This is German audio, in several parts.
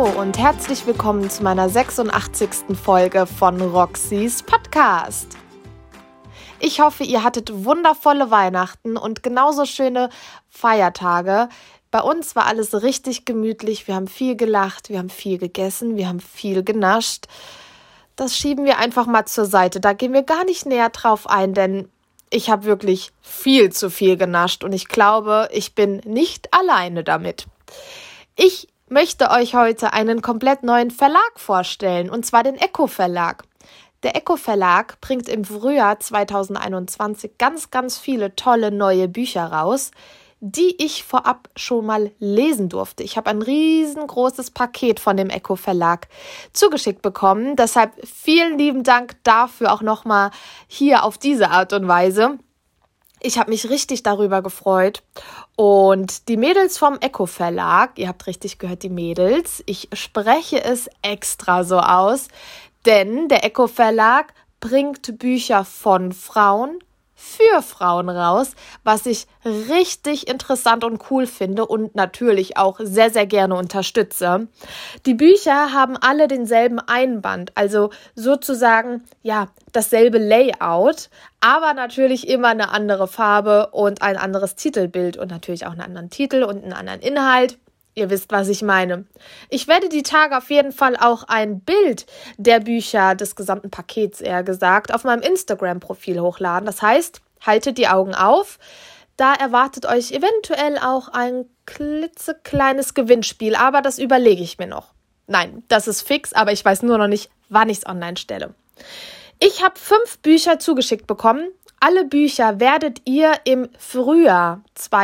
Hallo und herzlich willkommen zu meiner 86. Folge von Roxys Podcast. Ich hoffe, ihr hattet wundervolle Weihnachten und genauso schöne Feiertage. Bei uns war alles richtig gemütlich, wir haben viel gelacht, wir haben viel gegessen, wir haben viel genascht. Das schieben wir einfach mal zur Seite, da gehen wir gar nicht näher drauf ein, denn ich habe wirklich viel zu viel genascht und ich glaube, ich bin nicht alleine damit. Ich möchte euch heute einen komplett neuen Verlag vorstellen, und zwar den Ecco Verlag. Der Ecco Verlag bringt im Frühjahr 2021 ganz viele tolle neue Bücher raus, die ich vorab schon mal lesen durfte. Ich habe ein riesengroßes Paket von dem Ecco Verlag zugeschickt bekommen. Deshalb vielen lieben Dank dafür auch nochmal hier auf diese Art und Weise. Ich habe mich richtig darüber gefreut. Und die Mädels vom Ecco Verlag, ihr habt richtig gehört, die Mädels, ich spreche es extra so aus, denn der Ecco Verlag bringt Bücher von Frauen für Frauen raus, was ich richtig interessant und cool finde und natürlich auch sehr gerne unterstütze. Die Bücher haben alle denselben Einband, also sozusagen dasselbe Layout, aber natürlich immer eine andere Farbe und ein anderes Titelbild und natürlich auch einen anderen Titel und einen anderen Inhalt. Ihr wisst, was ich meine. Ich werde die Tage auf jeden Fall auch ein Bild der Bücher, des gesamten Pakets eher gesagt, auf meinem Instagram-Profil hochladen. Das heißt, haltet die Augen auf. Da erwartet euch eventuell auch ein klitzekleines Gewinnspiel, aber das überlege ich mir noch. Nein, das ist fix, aber ich weiß nur noch nicht, wann ich es online stelle. Ich habe 5 Bücher zugeschickt bekommen. Alle Bücher werdet ihr im Frühjahr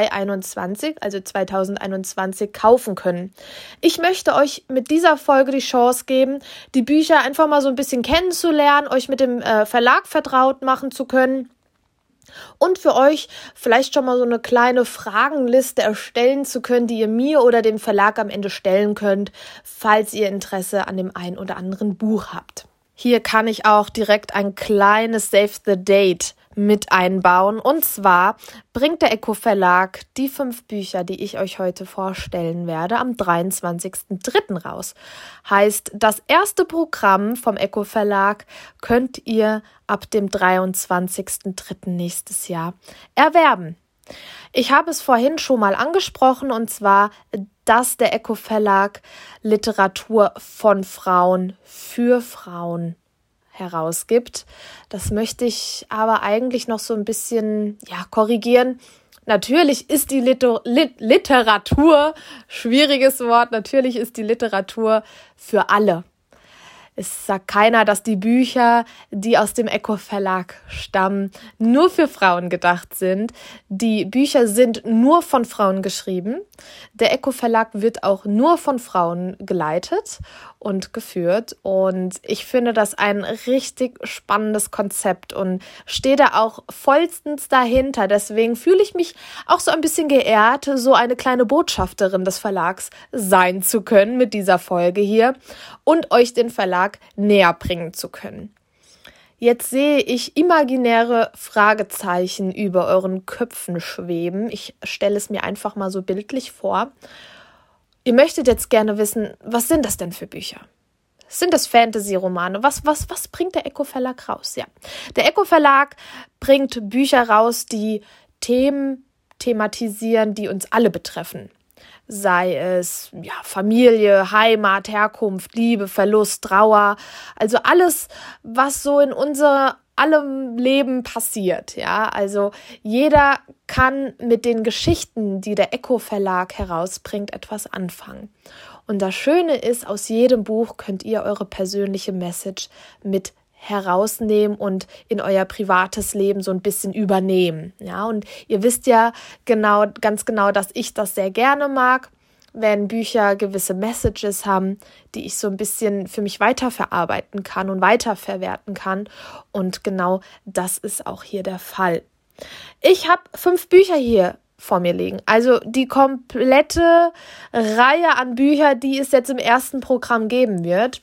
2021 kaufen können. Ich möchte euch mit dieser Folge die Chance geben, die Bücher einfach mal so ein bisschen kennenzulernen, euch mit dem Verlag vertraut machen zu können und für euch vielleicht schon mal so eine kleine Fragenliste erstellen zu können, die ihr mir oder dem Verlag am Ende stellen könnt, falls ihr Interesse an dem ein oder anderen Buch habt. Hier kann ich auch direkt ein kleines Save the Date mit einbauen. Und zwar bringt der Ecco Verlag die 5 Bücher, die ich euch heute vorstellen werde, am 23.03. raus. Heißt, das erste Programm vom Ecco Verlag könnt ihr ab dem 23.03. nächstes Jahr erwerben. Ich habe es vorhin schon mal angesprochen, und zwar, dass der Ecco Verlag Literatur von Frauen für Frauen herausgibt. Das möchte ich aber eigentlich noch so ein bisschen korrigieren. Natürlich ist die Literatur, schwieriges Wort, natürlich ist die Literatur für alle. Es sagt keiner, dass die Bücher, die aus dem Ecco Verlag stammen, nur für Frauen gedacht sind. Die Bücher sind nur von Frauen geschrieben. Der Ecco Verlag wird auch nur von Frauen geleitet und geführt. Und ich finde das ein richtig spannendes Konzept und stehe da auch vollstens dahinter. Deswegen fühle ich mich auch so ein bisschen geehrt, so eine kleine Botschafterin des Verlags sein zu können mit dieser Folge hier und euch den Verlag näher bringen zu können. Jetzt sehe ich imaginäre Fragezeichen über euren Köpfen schweben. Ich stelle es mir einfach mal so bildlich vor. Ihr möchtet jetzt gerne wissen, was sind das denn für Bücher? Sind das Fantasy-Romane? Was bringt der Ecco Verlag raus? Ja, der Ecco Verlag bringt Bücher raus, die Themen thematisieren, die uns alle betreffen. Sei es Familie, Heimat, Herkunft, Liebe, Verlust, Trauer, also alles, was so in allem Leben passiert. Ja, also jeder kann mit den Geschichten, die der Ecco Verlag herausbringt, etwas anfangen. Und das Schöne ist, aus jedem Buch könnt ihr eure persönliche Message mit herausnehmen und in euer privates Leben so ein bisschen übernehmen. Ja, und ihr wisst ja ganz genau, dass ich das sehr gerne mag, wenn Bücher gewisse Messages haben, die ich so ein bisschen für mich weiterverarbeiten kann und weiterverwerten kann. Und genau das ist auch hier der Fall. Ich habe 5 Bücher hier vor mir liegen. Also die komplette Reihe an Büchern, die es jetzt im ersten Programm geben wird.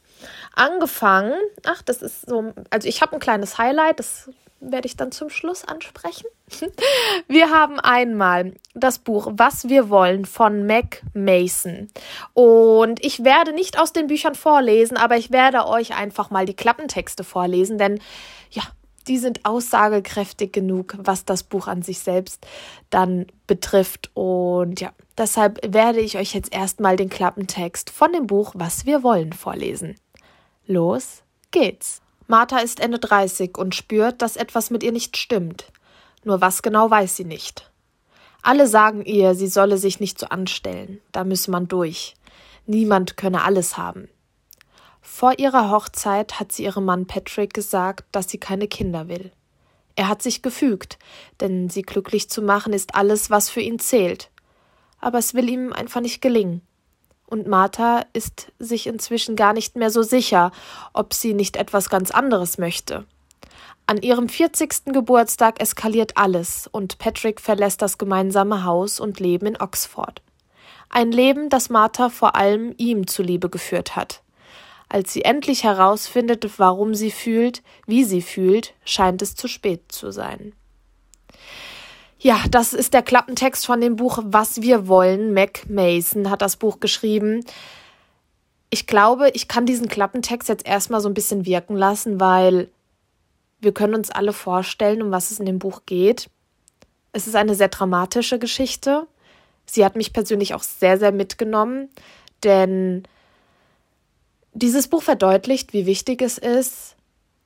Angefangen, das ist so, also ich habe ein kleines Highlight, das werde ich dann zum Schluss ansprechen. Wir haben einmal das Buch Was wir wollen von Mac Mason. Und ich werde nicht aus den Büchern vorlesen, aber ich werde euch einfach mal die Klappentexte vorlesen, denn ja, die sind aussagekräftig genug, was das Buch an sich selbst dann betrifft. Und ja, deshalb werde ich euch jetzt erstmal den Klappentext von dem Buch Was wir wollen vorlesen. Los geht's. Martha ist Ende 30 und spürt, dass etwas mit ihr nicht stimmt. Nur was genau weiß sie nicht. Alle sagen ihr, sie solle sich nicht so anstellen, da müsse man durch. Niemand könne alles haben. Vor ihrer Hochzeit hat sie ihrem Mann Patrick gesagt, dass sie keine Kinder will. Er hat sich gefügt, denn sie glücklich zu machen ist alles, was für ihn zählt. Aber es will ihm einfach nicht gelingen. Und Martha ist sich inzwischen gar nicht mehr so sicher, ob sie nicht etwas ganz anderes möchte. An ihrem 40. Geburtstag eskaliert alles und Patrick verlässt das gemeinsame Haus und Leben in Oxford. Ein Leben, das Martha vor allem ihm zuliebe geführt hat. Als sie endlich herausfindet, warum sie fühlt, wie sie fühlt, scheint es zu spät zu sein. Ja, das ist der Klappentext von dem Buch Was wir wollen. Mac Mason hat das Buch geschrieben. Ich glaube, ich kann diesen Klappentext jetzt erstmal so ein bisschen wirken lassen, weil wir können uns alle vorstellen, um was es in dem Buch geht. Es ist eine sehr dramatische Geschichte. Sie hat mich persönlich auch sehr, sehr mitgenommen, denn dieses Buch verdeutlicht, wie wichtig es ist,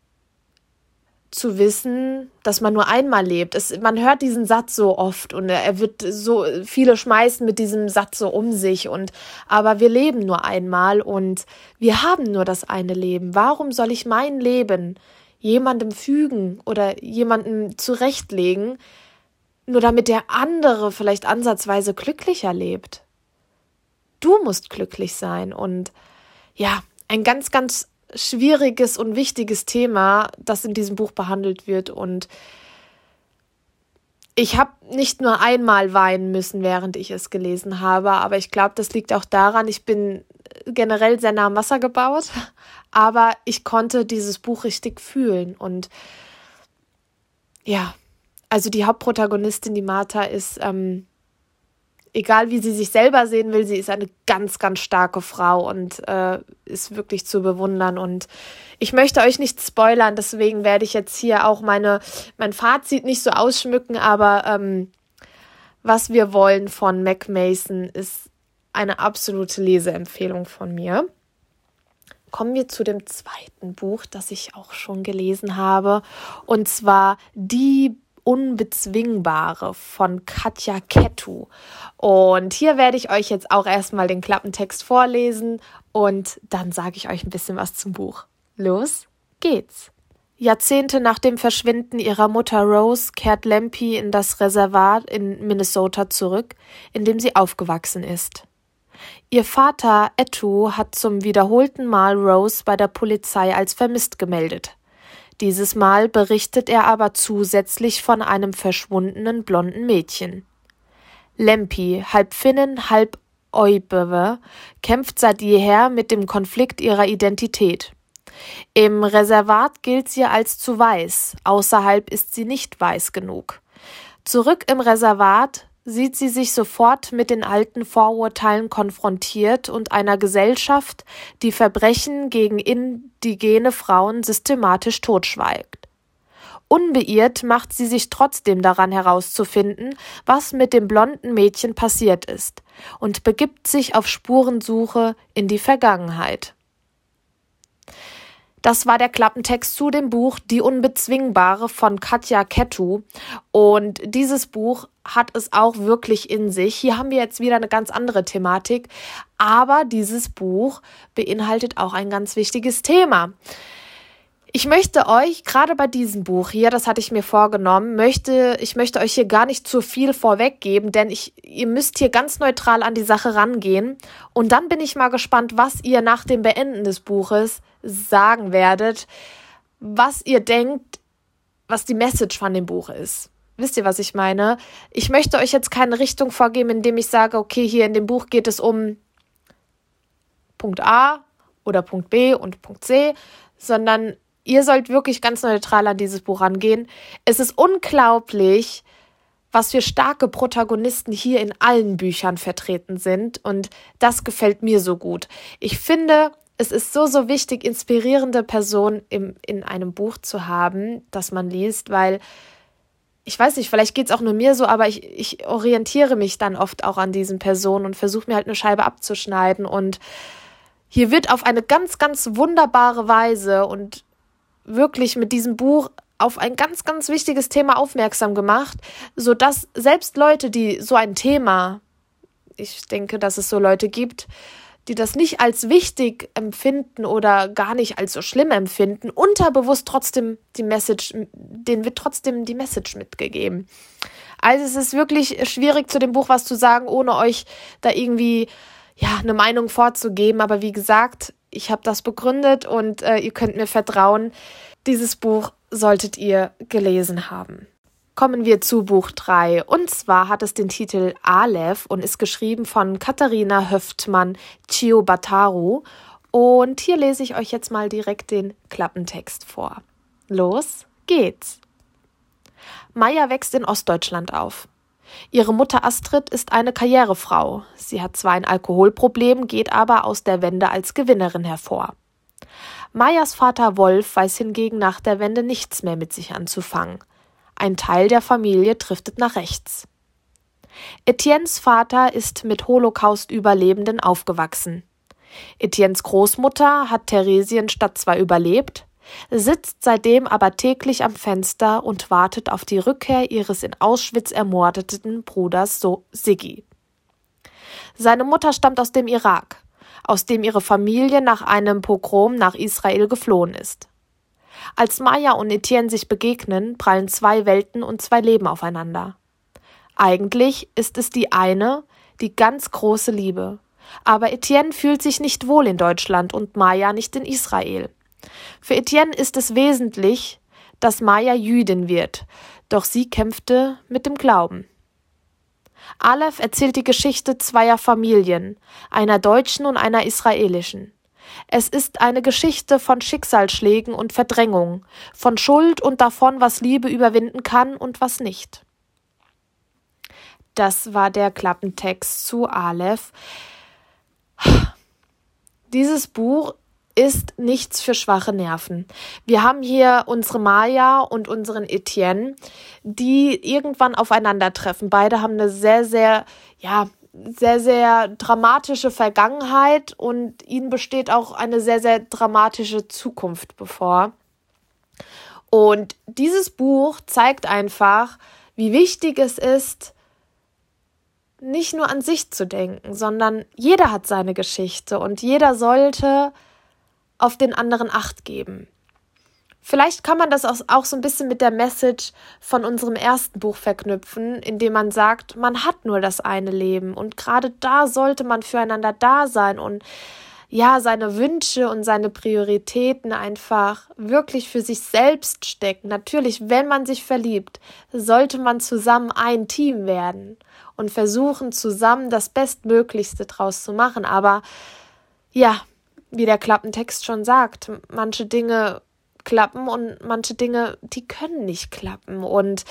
zu wissen, dass man nur einmal lebt. Man hört diesen Satz so oft und viele schmeißen mit diesem Satz so um sich aber wir leben nur einmal und wir haben nur das eine Leben. Warum soll ich mein Leben jemandem fügen oder jemandem zurechtlegen, nur damit der andere vielleicht ansatzweise glücklicher lebt? Du musst glücklich sein und ja, ein ganz, ganz schwieriges und wichtiges Thema, das in diesem Buch behandelt wird und ich habe nicht nur einmal weinen müssen, während ich es gelesen habe, aber ich glaube, das liegt auch daran, ich bin generell sehr nah am Wasser gebaut, aber ich konnte dieses Buch richtig fühlen und ja, also die Hauptprotagonistin, die Martha, ist, egal wie sie sich selber sehen will, sie ist eine ganz, ganz starke Frau und ist wirklich zu bewundern und ich möchte euch nicht spoilern, deswegen werde ich jetzt hier auch mein Fazit nicht so ausschmücken, aber Was wir wollen von Mac Mason ist eine absolute Leseempfehlung von mir. Kommen wir zu dem zweiten Buch, das ich auch schon gelesen habe, und zwar Die Unbezwingbare von Katja Kettu. Und hier werde ich euch jetzt auch erstmal den Klappentext vorlesen und dann sage ich euch ein bisschen was zum Buch. Los geht's! Jahrzehnte nach dem Verschwinden ihrer Mutter Rose kehrt Lempi in das Reservat in Minnesota zurück, in dem sie aufgewachsen ist. Ihr Vater Ettu hat zum wiederholten Mal Rose bei der Polizei als vermisst gemeldet. Dieses Mal berichtet er aber zusätzlich von einem verschwundenen blonden Mädchen. Lempi, halb Finnin, halb Ojibwe, kämpft seit jeher mit dem Konflikt ihrer Identität. Im Reservat gilt sie als zu weiß, außerhalb ist sie nicht weiß genug. Zurück im Reservat sieht sie sich sofort mit den alten Vorurteilen konfrontiert und einer Gesellschaft, die Verbrechen gegen indigene Frauen systematisch totschweigt. Unbeirrt macht sie sich trotzdem daran herauszufinden, was mit dem blonden Mädchen passiert ist, und begibt sich auf Spurensuche in die Vergangenheit. Das war der Klappentext zu dem Buch Die Unbezwingbare von Katja Kettu. Und dieses Buch hat es auch wirklich in sich. Hier haben wir jetzt wieder eine ganz andere Thematik. Aber dieses Buch beinhaltet auch ein ganz wichtiges Thema. Ich möchte euch, gerade bei diesem Buch hier, das hatte ich mir vorgenommen, ich möchte euch hier gar nicht zu viel vorweggeben, denn ihr müsst hier ganz neutral an die Sache rangehen. Und dann bin ich mal gespannt, was ihr nach dem Beenden des Buches sagen werdet, was ihr denkt, was die Message von dem Buch ist. Wisst ihr, was ich meine? Ich möchte euch jetzt keine Richtung vorgeben, indem ich sage, okay, hier in dem Buch geht es um Punkt A oder Punkt B und Punkt C, sondern ihr sollt wirklich ganz neutral an dieses Buch rangehen. Es ist unglaublich, was für starke Protagonisten hier in allen Büchern vertreten sind. Und das gefällt mir so gut. Ich finde, es ist so wichtig, inspirierende Personen in einem Buch zu haben, das man liest, weil, ich weiß nicht, vielleicht geht es auch nur mir so, aber ich orientiere mich dann oft auch an diesen Personen und versuche mir halt eine Scheibe abzuschneiden. Und hier wird auf eine ganz, ganz wunderbare Weise und wirklich mit diesem Buch auf ein ganz, ganz wichtiges Thema aufmerksam gemacht, sodass selbst Leute, die so ein Thema, ich denke, dass es so Leute gibt, die das nicht als wichtig empfinden oder gar nicht als so schlimm empfinden, unterbewusst trotzdem denen wird trotzdem die Message mitgegeben. Also es ist wirklich schwierig, zu dem Buch was zu sagen, ohne euch da irgendwie eine Meinung vorzugeben. Aber wie gesagt, ich habe das begründet und ihr könnt mir vertrauen, dieses Buch solltet ihr gelesen haben. Kommen wir zu Buch 3. Und zwar hat es den Titel Aleph und ist geschrieben von Katharina Höftmann-Ciobataru. Und hier lese ich euch jetzt mal direkt den Klappentext vor. Los geht's! Maja wächst in Ostdeutschland auf. Ihre Mutter Astrid ist eine Karrierefrau. Sie hat zwar ein Alkoholproblem, geht aber aus der Wende als Gewinnerin hervor. Majas Vater Wolf weiß hingegen nach der Wende nichts mehr mit sich anzufangen. Ein Teil der Familie driftet nach rechts. Etiennes Vater ist mit Holocaust-Überlebenden aufgewachsen. Etiennes Großmutter hat Theresienstadt zwar überlebt, sitzt seitdem aber täglich am Fenster und wartet auf die Rückkehr ihres in Auschwitz ermordeten Bruders Siggi. Seine Mutter stammt aus dem Irak, aus dem ihre Familie nach einem Pogrom nach Israel geflohen ist. Als Maja und Etienne sich begegnen, prallen zwei Welten und zwei Leben aufeinander. Eigentlich ist es die ganz große Liebe. Aber Etienne fühlt sich nicht wohl in Deutschland und Maja nicht in Israel. Für Etienne ist es wesentlich, dass Maja Jüdin wird, doch sie kämpfte mit dem Glauben. Aleph erzählt die Geschichte zweier Familien, einer deutschen und einer israelischen. Es ist eine Geschichte von Schicksalsschlägen und Verdrängung, von Schuld und davon, was Liebe überwinden kann und was nicht. Das war der Klappentext zu Aleph. Dieses Buch ist nichts für schwache Nerven. Wir haben hier unsere Maja und unseren Etienne, die irgendwann aufeinandertreffen. Beide haben eine sehr, sehr dramatische Vergangenheit und ihnen besteht auch eine sehr, sehr dramatische Zukunft bevor. Und dieses Buch zeigt einfach, wie wichtig es ist, nicht nur an sich zu denken, sondern jeder hat seine Geschichte und jeder sollte auf den anderen Acht geben. Vielleicht kann man das auch so ein bisschen mit der Message von unserem ersten Buch verknüpfen, indem man sagt, man hat nur das eine Leben und gerade da sollte man füreinander da sein und seine Wünsche und seine Prioritäten einfach wirklich für sich selbst stecken. Natürlich, wenn man sich verliebt, sollte man zusammen ein Team werden und versuchen, zusammen das Bestmöglichste draus zu machen. Aber wie der Klappentext schon sagt, manche Dinge klappen und manche Dinge, die können nicht klappen. Und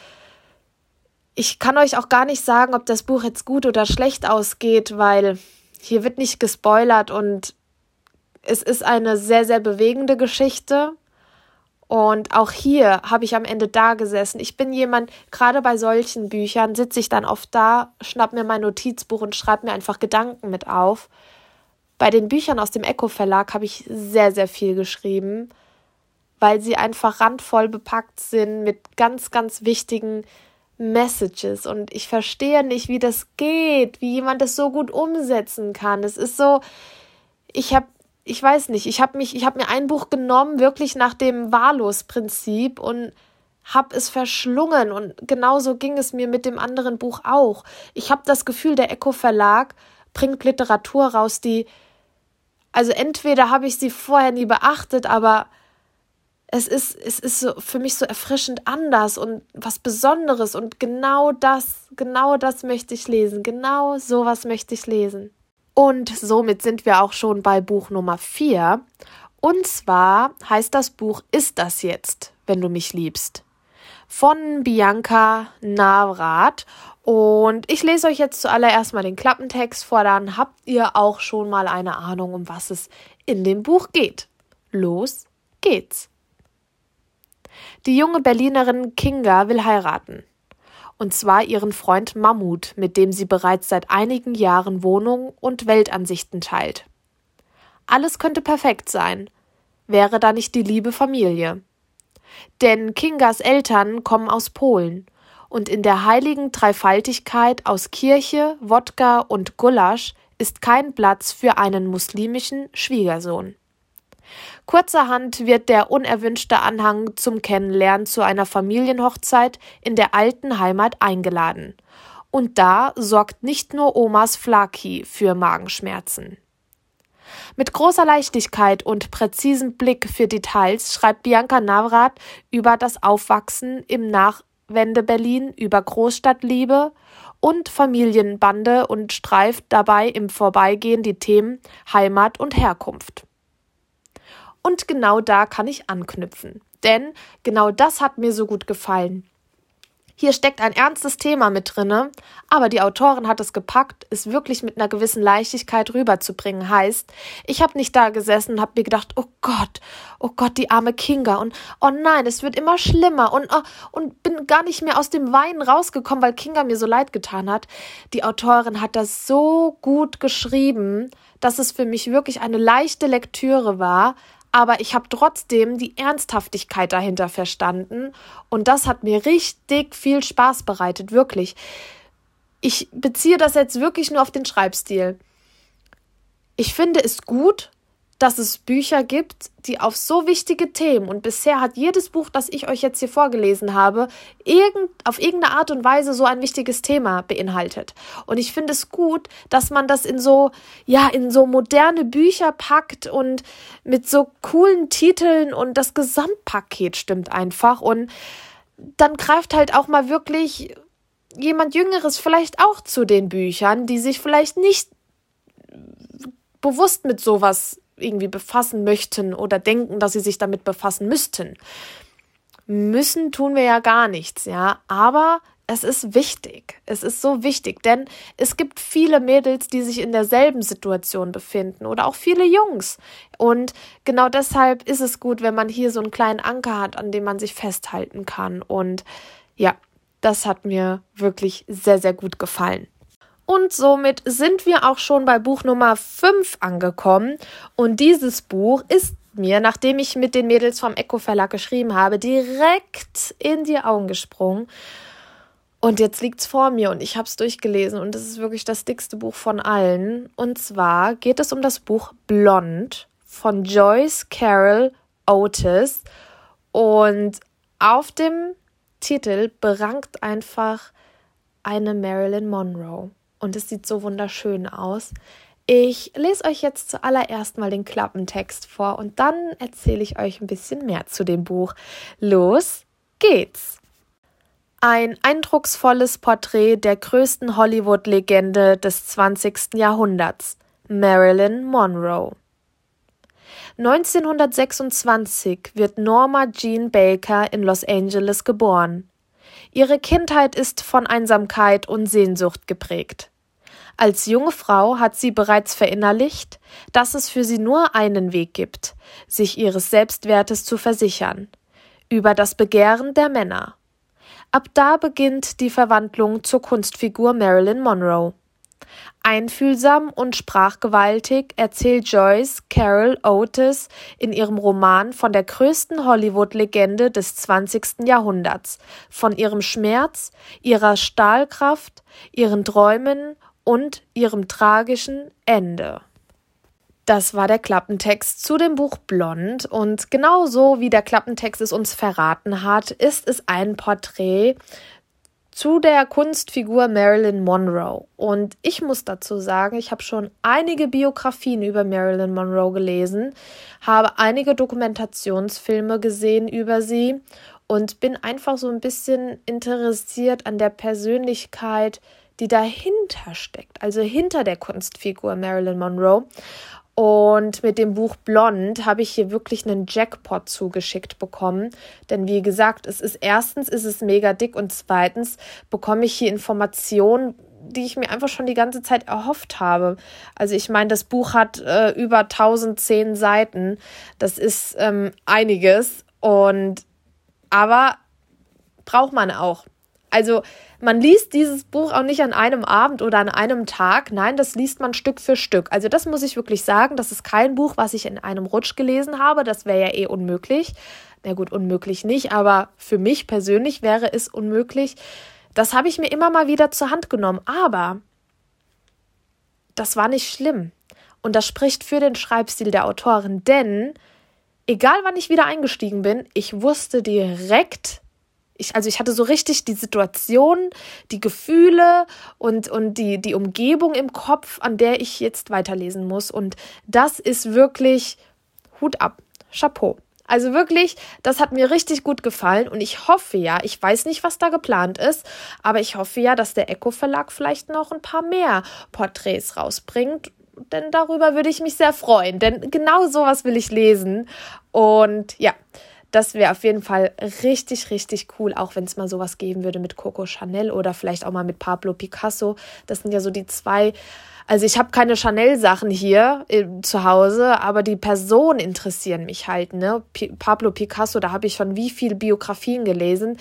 ich kann euch auch gar nicht sagen, ob das Buch jetzt gut oder schlecht ausgeht, weil hier wird nicht gespoilert und es ist eine sehr, sehr bewegende Geschichte. Und auch hier habe ich am Ende da gesessen. Ich bin jemand, gerade bei solchen Büchern sitze ich dann oft da, schnapp mir mein Notizbuch und schreibe mir einfach Gedanken mit auf. Bei den Büchern aus dem Eco-Verlag habe ich sehr, sehr viel geschrieben, weil sie einfach randvoll bepackt sind mit ganz, ganz wichtigen Messages. Und ich verstehe nicht, wie das geht, wie jemand das so gut umsetzen kann. Es ist so, ich habe mir ein Buch genommen, wirklich nach dem Wahllos-Prinzip und habe es verschlungen. Und genauso ging es mir mit dem anderen Buch auch. Ich habe das Gefühl, der Eco-Verlag bringt Literatur raus, also entweder habe ich sie vorher nie beachtet, aber es ist so für mich so erfrischend anders und was Besonderes und genau das möchte ich lesen. Genau sowas möchte ich lesen. Und somit sind wir auch schon bei Buch Nummer 4 Und zwar heißt das Buch Ist das jetzt, wenn du mich liebst? Von Bianca Navrath. Und ich lese euch jetzt zuallererst mal den Klappentext vor, dann habt ihr auch schon mal eine Ahnung, um was es in dem Buch geht. Los geht's. Die junge Berlinerin Kinga will heiraten. Und zwar ihren Freund Mammut, mit dem sie bereits seit einigen Jahren Wohnung und Weltansichten teilt. Alles könnte perfekt sein, wäre da nicht die liebe Familie. Denn Kingas Eltern kommen aus Polen und in der heiligen Dreifaltigkeit aus Kirche, Wodka und Gulasch ist kein Platz für einen muslimischen Schwiegersohn. Kurzerhand wird der unerwünschte Anhang zum Kennenlernen zu einer Familienhochzeit in der alten Heimat eingeladen. Und da sorgt nicht nur Omas Flaki für Magenschmerzen. Mit großer Leichtigkeit und präzisem Blick für Details schreibt Bianca Navrath über das Aufwachsen im Nachwende-Berlin, über Großstadtliebe und Familienbande und streift dabei im Vorbeigehen die Themen Heimat und Herkunft. Und genau da kann ich anknüpfen, denn genau das hat mir so gut gefallen. Hier steckt ein ernstes Thema mit drinne, aber die Autorin hat es gepackt, es wirklich mit einer gewissen Leichtigkeit rüberzubringen. Heißt, ich habe nicht da gesessen und habe mir gedacht, oh Gott, die arme Kinga und oh nein, es wird immer schlimmer und bin gar nicht mehr aus dem Weinen rausgekommen, weil Kinga mir so leid getan hat. Die Autorin hat das so gut geschrieben, dass es für mich wirklich eine leichte Lektüre war, aber ich habe trotzdem die Ernsthaftigkeit dahinter verstanden und das hat mir richtig viel Spaß bereitet, wirklich. Ich beziehe das jetzt wirklich nur auf den Schreibstil. Ich finde es gut, dass es Bücher gibt, die auf so wichtige Themen, und bisher hat jedes Buch, das ich euch jetzt hier vorgelesen habe, auf irgendeine Art und Weise so ein wichtiges Thema beinhaltet. Und ich finde es gut, dass man das in so moderne Bücher packt und mit so coolen Titeln und das Gesamtpaket stimmt einfach. Und dann greift halt auch mal wirklich jemand Jüngeres vielleicht auch zu den Büchern, die sich vielleicht nicht bewusst mit sowas irgendwie befassen möchten oder denken, dass sie sich damit befassen müssten. Müssen tun wir ja gar nichts, ja, aber es ist wichtig. Es ist so wichtig, denn es gibt viele Mädels, die sich in derselben Situation befinden oder auch viele Jungs. Und genau deshalb ist es gut, wenn man hier so einen kleinen Anker hat, an dem man sich festhalten kann. Und ja, das hat mir wirklich sehr, sehr gut gefallen. Und somit sind wir auch schon bei Buch Nummer 5 angekommen. Und dieses Buch ist mir, nachdem ich mit den Mädels vom Echo Verlag geschrieben habe, direkt in die Augen gesprungen. Und jetzt liegt's vor mir und ich habe es durchgelesen und es ist wirklich das dickste Buch von allen. Und zwar geht es um das Buch Blond von Joyce Carol Oates. Und auf dem Titel berangt einfach eine Marilyn Monroe. Und es sieht so wunderschön aus. Ich lese euch jetzt zuallererst mal den Klappentext vor und dann erzähle ich euch ein bisschen mehr zu dem Buch. Los geht's! Ein eindrucksvolles Porträt der größten Hollywood-Legende des 20. Jahrhunderts, Marilyn Monroe. 1926 wird Norma Jean Baker in Los Angeles geboren. Ihre Kindheit ist von Einsamkeit und Sehnsucht geprägt. Als junge Frau hat sie bereits verinnerlicht, dass es für sie nur einen Weg gibt, sich ihres Selbstwertes zu versichern: über das Begehren der Männer. Ab da beginnt die Verwandlung zur Kunstfigur Marilyn Monroe. Einfühlsam und sprachgewaltig erzählt Joyce Carol Oates in ihrem Roman von der größten Hollywood-Legende des 20. Jahrhunderts, von ihrem Schmerz, ihrer Stahlkraft, ihren Träumen und ihrem tragischen Ende. Das war der Klappentext zu dem Buch Blond und genauso wie der Klappentext es uns verraten hat, ist es ein Porträt zu der Kunstfigur Marilyn Monroe. Und ich muss dazu sagen, ich habe schon einige Biografien über Marilyn Monroe gelesen, habe einige Dokumentationsfilme gesehen über sie und bin einfach so ein bisschen interessiert an der Persönlichkeit, die dahinter steckt, also hinter der Kunstfigur Marilyn Monroe. Und mit dem Buch Blond habe ich hier wirklich einen Jackpot zugeschickt bekommen. Denn wie gesagt, erstens ist es mega dick und zweitens bekomme ich hier Informationen, die ich mir einfach schon die ganze Zeit erhofft habe. Also ich meine, das Buch hat über 1010 Seiten. Das ist einiges. Aber braucht man auch. Also man liest dieses Buch auch nicht an einem Abend oder an einem Tag. Nein, das liest man Stück für Stück. Also das muss ich wirklich sagen. Das ist kein Buch, was ich in einem Rutsch gelesen habe. Das wäre ja unmöglich. Na gut, unmöglich nicht, aber für mich persönlich wäre es unmöglich. Das habe ich mir immer mal wieder zur Hand genommen. Aber das war nicht schlimm. Und das spricht für den Schreibstil der Autorin. Denn egal wann ich wieder eingestiegen bin, ich wusste direkt, ich hatte so richtig die Situation, die Gefühle und die Umgebung im Kopf, an der ich jetzt weiterlesen muss. Und das ist wirklich Hut ab, Chapeau. Also wirklich, das hat mir richtig gut gefallen und ich hoffe ja, ich weiß nicht, was da geplant ist, aber ich hoffe ja, dass der Eco-Verlag vielleicht noch ein paar mehr Porträts rausbringt, denn darüber würde ich mich sehr freuen, denn genau sowas will ich lesen und ja, das wäre auf jeden Fall richtig, richtig cool, auch wenn es mal sowas geben würde mit Coco Chanel oder vielleicht auch mal mit Pablo Picasso. Das sind ja so die zwei. Also ich habe keine Chanel-Sachen hier zu Hause, aber die Personen interessieren mich halt, ne? Pablo Picasso, da habe ich schon wie viele Biografien gelesen.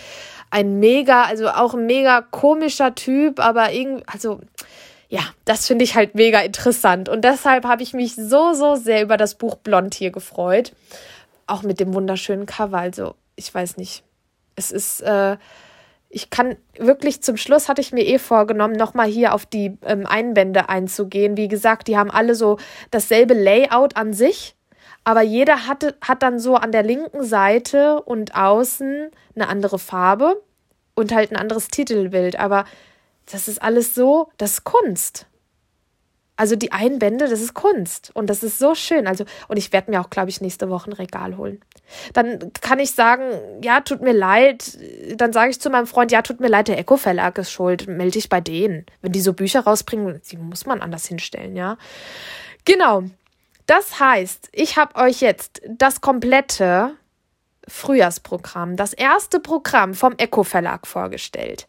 Auch ein mega komischer Typ, aber ja, das finde ich halt mega interessant. Und deshalb habe ich mich so, so sehr über das Buch Blond hier gefreut. Auch mit dem wunderschönen Cover, also ich weiß nicht. Es ist, ich kann wirklich, zum Schluss hatte ich mir vorgenommen, nochmal hier auf die Einbände einzugehen. Wie gesagt, die haben alle so dasselbe Layout an sich, aber jeder hat dann so an der linken Seite und außen eine andere Farbe und halt ein anderes Titelbild. Aber das ist alles so, das ist Kunst. Also die Einbände, das ist Kunst und das ist so schön. Und ich werde mir auch, glaube ich, nächste Woche ein Regal holen. Dann kann ich sagen, ja, tut mir leid. Dann sage ich zu meinem Freund, ja, tut mir leid, der Eco-Verlag ist schuld. Melde dich bei denen. Wenn die so Bücher rausbringen, die muss man anders hinstellen, ja. Genau. Das heißt, ich habe euch jetzt das komplette Frühjahrsprogramm, das erste Programm vom Eco-Verlag vorgestellt.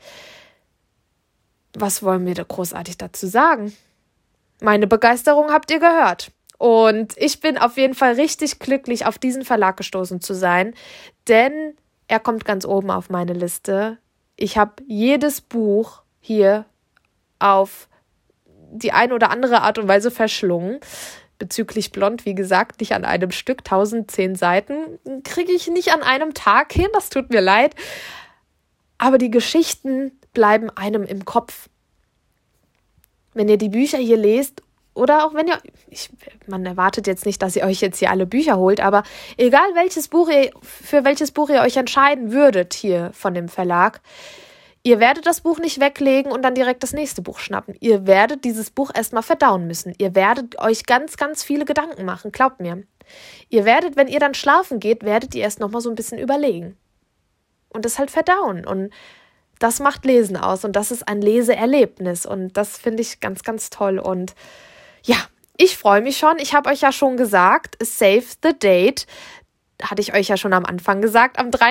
Was wollen wir da großartig dazu sagen? Meine Begeisterung habt ihr gehört. Und ich bin auf jeden Fall richtig glücklich, auf diesen Verlag gestoßen zu sein, denn er kommt ganz oben auf meine Liste. Ich habe jedes Buch hier auf die eine oder andere Art und Weise verschlungen. Bezüglich Blond, wie gesagt, nicht an einem Stück, 1010 Seiten. Kriege ich nicht an einem Tag hin, das tut mir leid. Aber die Geschichten bleiben einem im Kopf. Wenn ihr die Bücher hier lest oder auch wenn man erwartet jetzt nicht, dass ihr euch jetzt hier alle Bücher holt, aber egal für welches Buch ihr euch entscheiden würdet hier von dem Verlag, ihr werdet das Buch nicht weglegen und dann direkt das nächste Buch schnappen. Ihr werdet dieses Buch erstmal verdauen müssen. Ihr werdet euch ganz, ganz viele Gedanken machen, glaubt mir. Ihr werdet, wenn ihr dann schlafen geht, werdet ihr erst nochmal so ein bisschen überlegen. Und das halt verdauen und das macht Lesen aus und das ist ein Leseerlebnis und das finde ich ganz, ganz toll und ja, ich freue mich schon. Ich habe euch ja schon gesagt, save the date, hatte ich euch ja schon am Anfang gesagt, am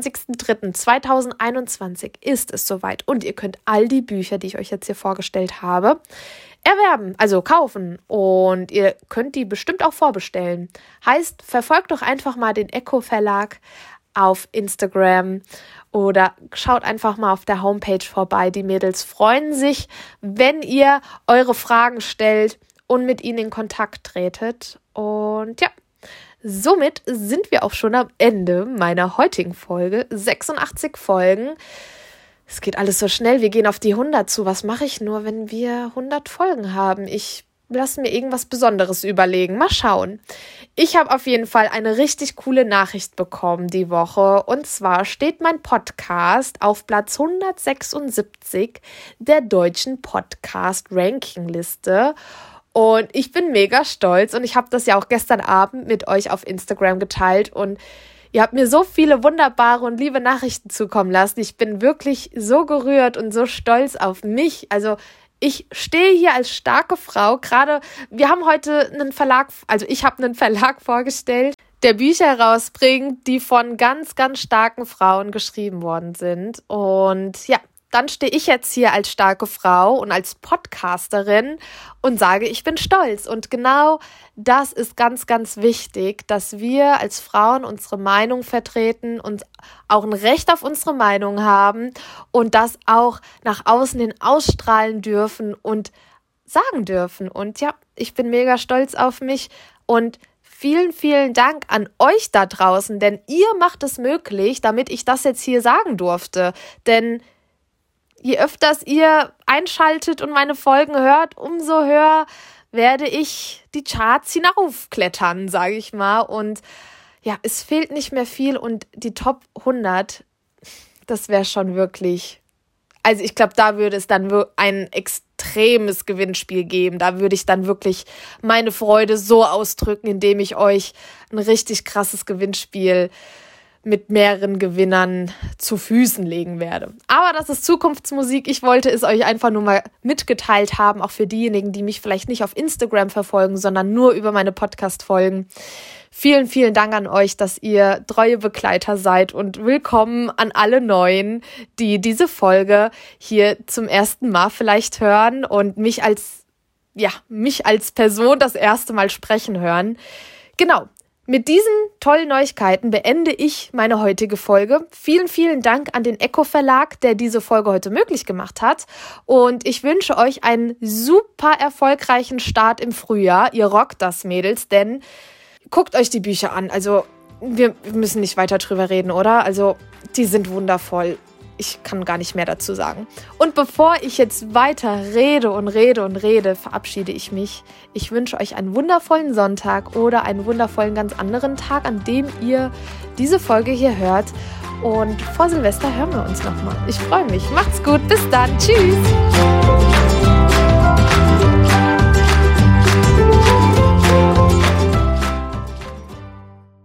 23.03.2021 ist es soweit und ihr könnt all die Bücher, die ich euch jetzt hier vorgestellt habe, erwerben, also kaufen und ihr könnt die bestimmt auch vorbestellen. Heißt, verfolgt doch einfach mal den Eco-Verlag auf Instagram oder schaut einfach mal auf der Homepage vorbei. Die Mädels freuen sich, wenn ihr eure Fragen stellt und mit ihnen in Kontakt tretet. Und ja, somit sind wir auch schon am Ende meiner heutigen Folge. 86 Folgen. Es geht alles so schnell. Wir gehen auf die 100 zu. Was mache ich nur, wenn wir 100 Folgen haben? Ich lasse mir irgendwas Besonderes überlegen. Mal schauen. Ich habe auf jeden Fall eine richtig coole Nachricht bekommen die Woche. Und zwar steht mein Podcast auf Platz 176 der deutschen Podcast-Ranking-Liste. Und ich bin mega stolz. Und ich habe das ja auch gestern Abend mit euch auf Instagram geteilt. Und ihr habt mir so viele wunderbare und liebe Nachrichten zukommen lassen. Ich bin wirklich so gerührt und so stolz auf mich. Also ich stehe hier als starke Frau. Gerade, wir haben heute einen Verlag, also ich habe einen Verlag vorgestellt, der Bücher rausbringt, die von ganz, ganz starken Frauen geschrieben worden sind. Und ja, dann stehe ich jetzt hier als starke Frau und als Podcasterin und sage, ich bin stolz. Und genau das ist ganz, ganz wichtig, dass wir als Frauen unsere Meinung vertreten und auch ein Recht auf unsere Meinung haben und das auch nach außen hin ausstrahlen dürfen und sagen dürfen. Und ja, ich bin mega stolz auf mich und vielen, vielen Dank an euch da draußen, denn ihr macht es möglich, damit ich das jetzt hier sagen durfte. Denn je öfters ihr einschaltet und meine Folgen hört, umso höher werde ich die Charts hinaufklettern, sage ich mal. Und ja, es fehlt nicht mehr viel und die Top 100, das wäre schon wirklich, also ich glaube, da würde es dann ein extremes Gewinnspiel geben. Da würde ich dann wirklich meine Freude so ausdrücken, indem ich euch ein richtig krasses Gewinnspiel mit mehreren Gewinnern zu Füßen legen werde. Aber das ist Zukunftsmusik. Ich wollte es euch einfach nur mal mitgeteilt haben, auch für diejenigen, die mich vielleicht nicht auf Instagram verfolgen, sondern nur über meine Podcast-Folgen. Vielen, vielen Dank an euch, dass ihr treue Begleiter seid und willkommen an alle Neuen, die diese Folge hier zum ersten Mal vielleicht hören und mich als Person das erste Mal sprechen hören. Genau. Mit diesen tollen Neuigkeiten beende ich meine heutige Folge. Vielen, vielen Dank an den Echo Verlag, der diese Folge heute möglich gemacht hat. Und ich wünsche euch einen super erfolgreichen Start im Frühjahr. Ihr rockt das, Mädels, denn guckt euch die Bücher an. Also wir müssen nicht weiter drüber reden, oder? Also die sind wundervoll. Ich kann gar nicht mehr dazu sagen. Und bevor ich jetzt weiter rede, verabschiede ich mich. Ich wünsche euch einen wundervollen Sonntag oder einen wundervollen ganz anderen Tag, an dem ihr diese Folge hier hört. Und vor Silvester hören wir uns nochmal. Ich freue mich. Macht's gut. Bis dann. Tschüss.